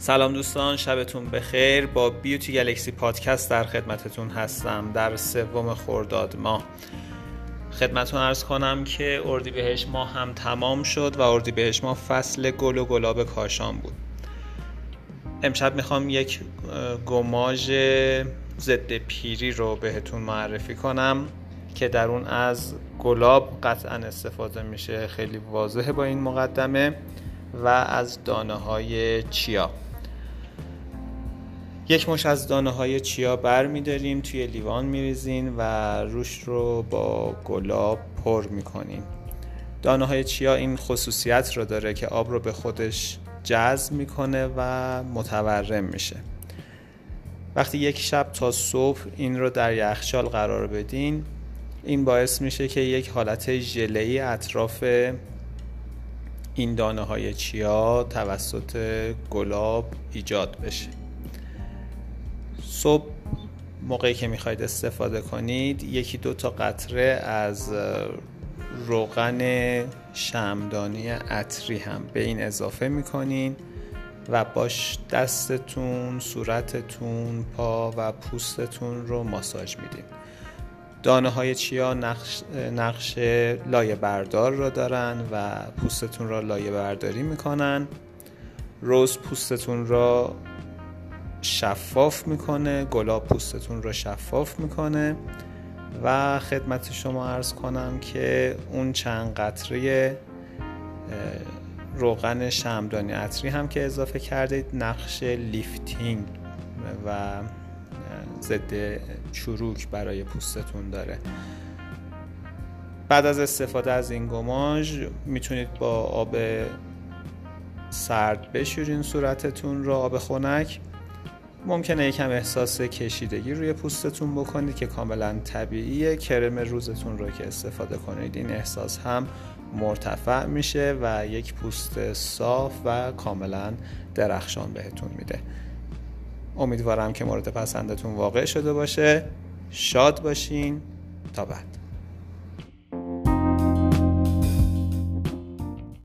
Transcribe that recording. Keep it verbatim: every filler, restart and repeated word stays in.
سلام دوستان، شبتون بخیر. با بیوتی گلکسی پادکست در خدمتتون هستم. در سوم خرداد ماه خدمتتون عرض کنم که اردیبهشت ماه هم تمام شد و اردیبهشت ماه فصل گل و گلاب کاشان بود. امشب میخوام یک گماژ ضد پیری رو بهتون معرفی کنم که در اون از گلاب قطعا استفاده میشه، خیلی واضحه با این مقدمه، و از دانه های چیا. یک مش از دانه های چیا بر میداریم، توی لیوان میریزین و روش رو با گلاب پر میکنین. دانه های چیا این خصوصیت رو داره که آب رو به خودش جذب میکنه و متورم میشه. وقتی یک شب تا صبح این رو در یخچال قرار بدین، این باعث میشه که یک حالت ژله‌ای اطراف این دانه های چیا توسط گلاب ایجاد بشه. صبح موقعی که میخواید استفاده کنید، یکی دو تا قطره از روغن شمعدانی عطری هم به این اضافه میکنین و باش دستتون، صورتتون، پا و پوستتون رو ماساژ میدین. دانه های چیا نقش, نقش لایه بردار رو دارن و پوستتون را لایه برداری میکنن. روز پوستتون را شفاف میکنه، گلاب پوستتون رو شفاف میکنه و خدمت شما عرض کنم که اون چند قطره روغن شمعدانی عطری هم که اضافه کردید نقش لیفتینگ و ضد چروک برای پوستتون داره. بعد از استفاده از این گماژ میتونید با آب سرد بشورین صورتتون رو، آب خنک. ممکنه یکم احساس کشیدگی روی پوستتون بکنید که کاملا طبیعیه. کرم روزتون رو که استفاده کنید این احساس هم مرتفع میشه و یک پوست صاف و کاملا درخشان بهتون میده. امیدوارم که مورد پسندتون واقع شده باشه. شاد باشین. تا بعد.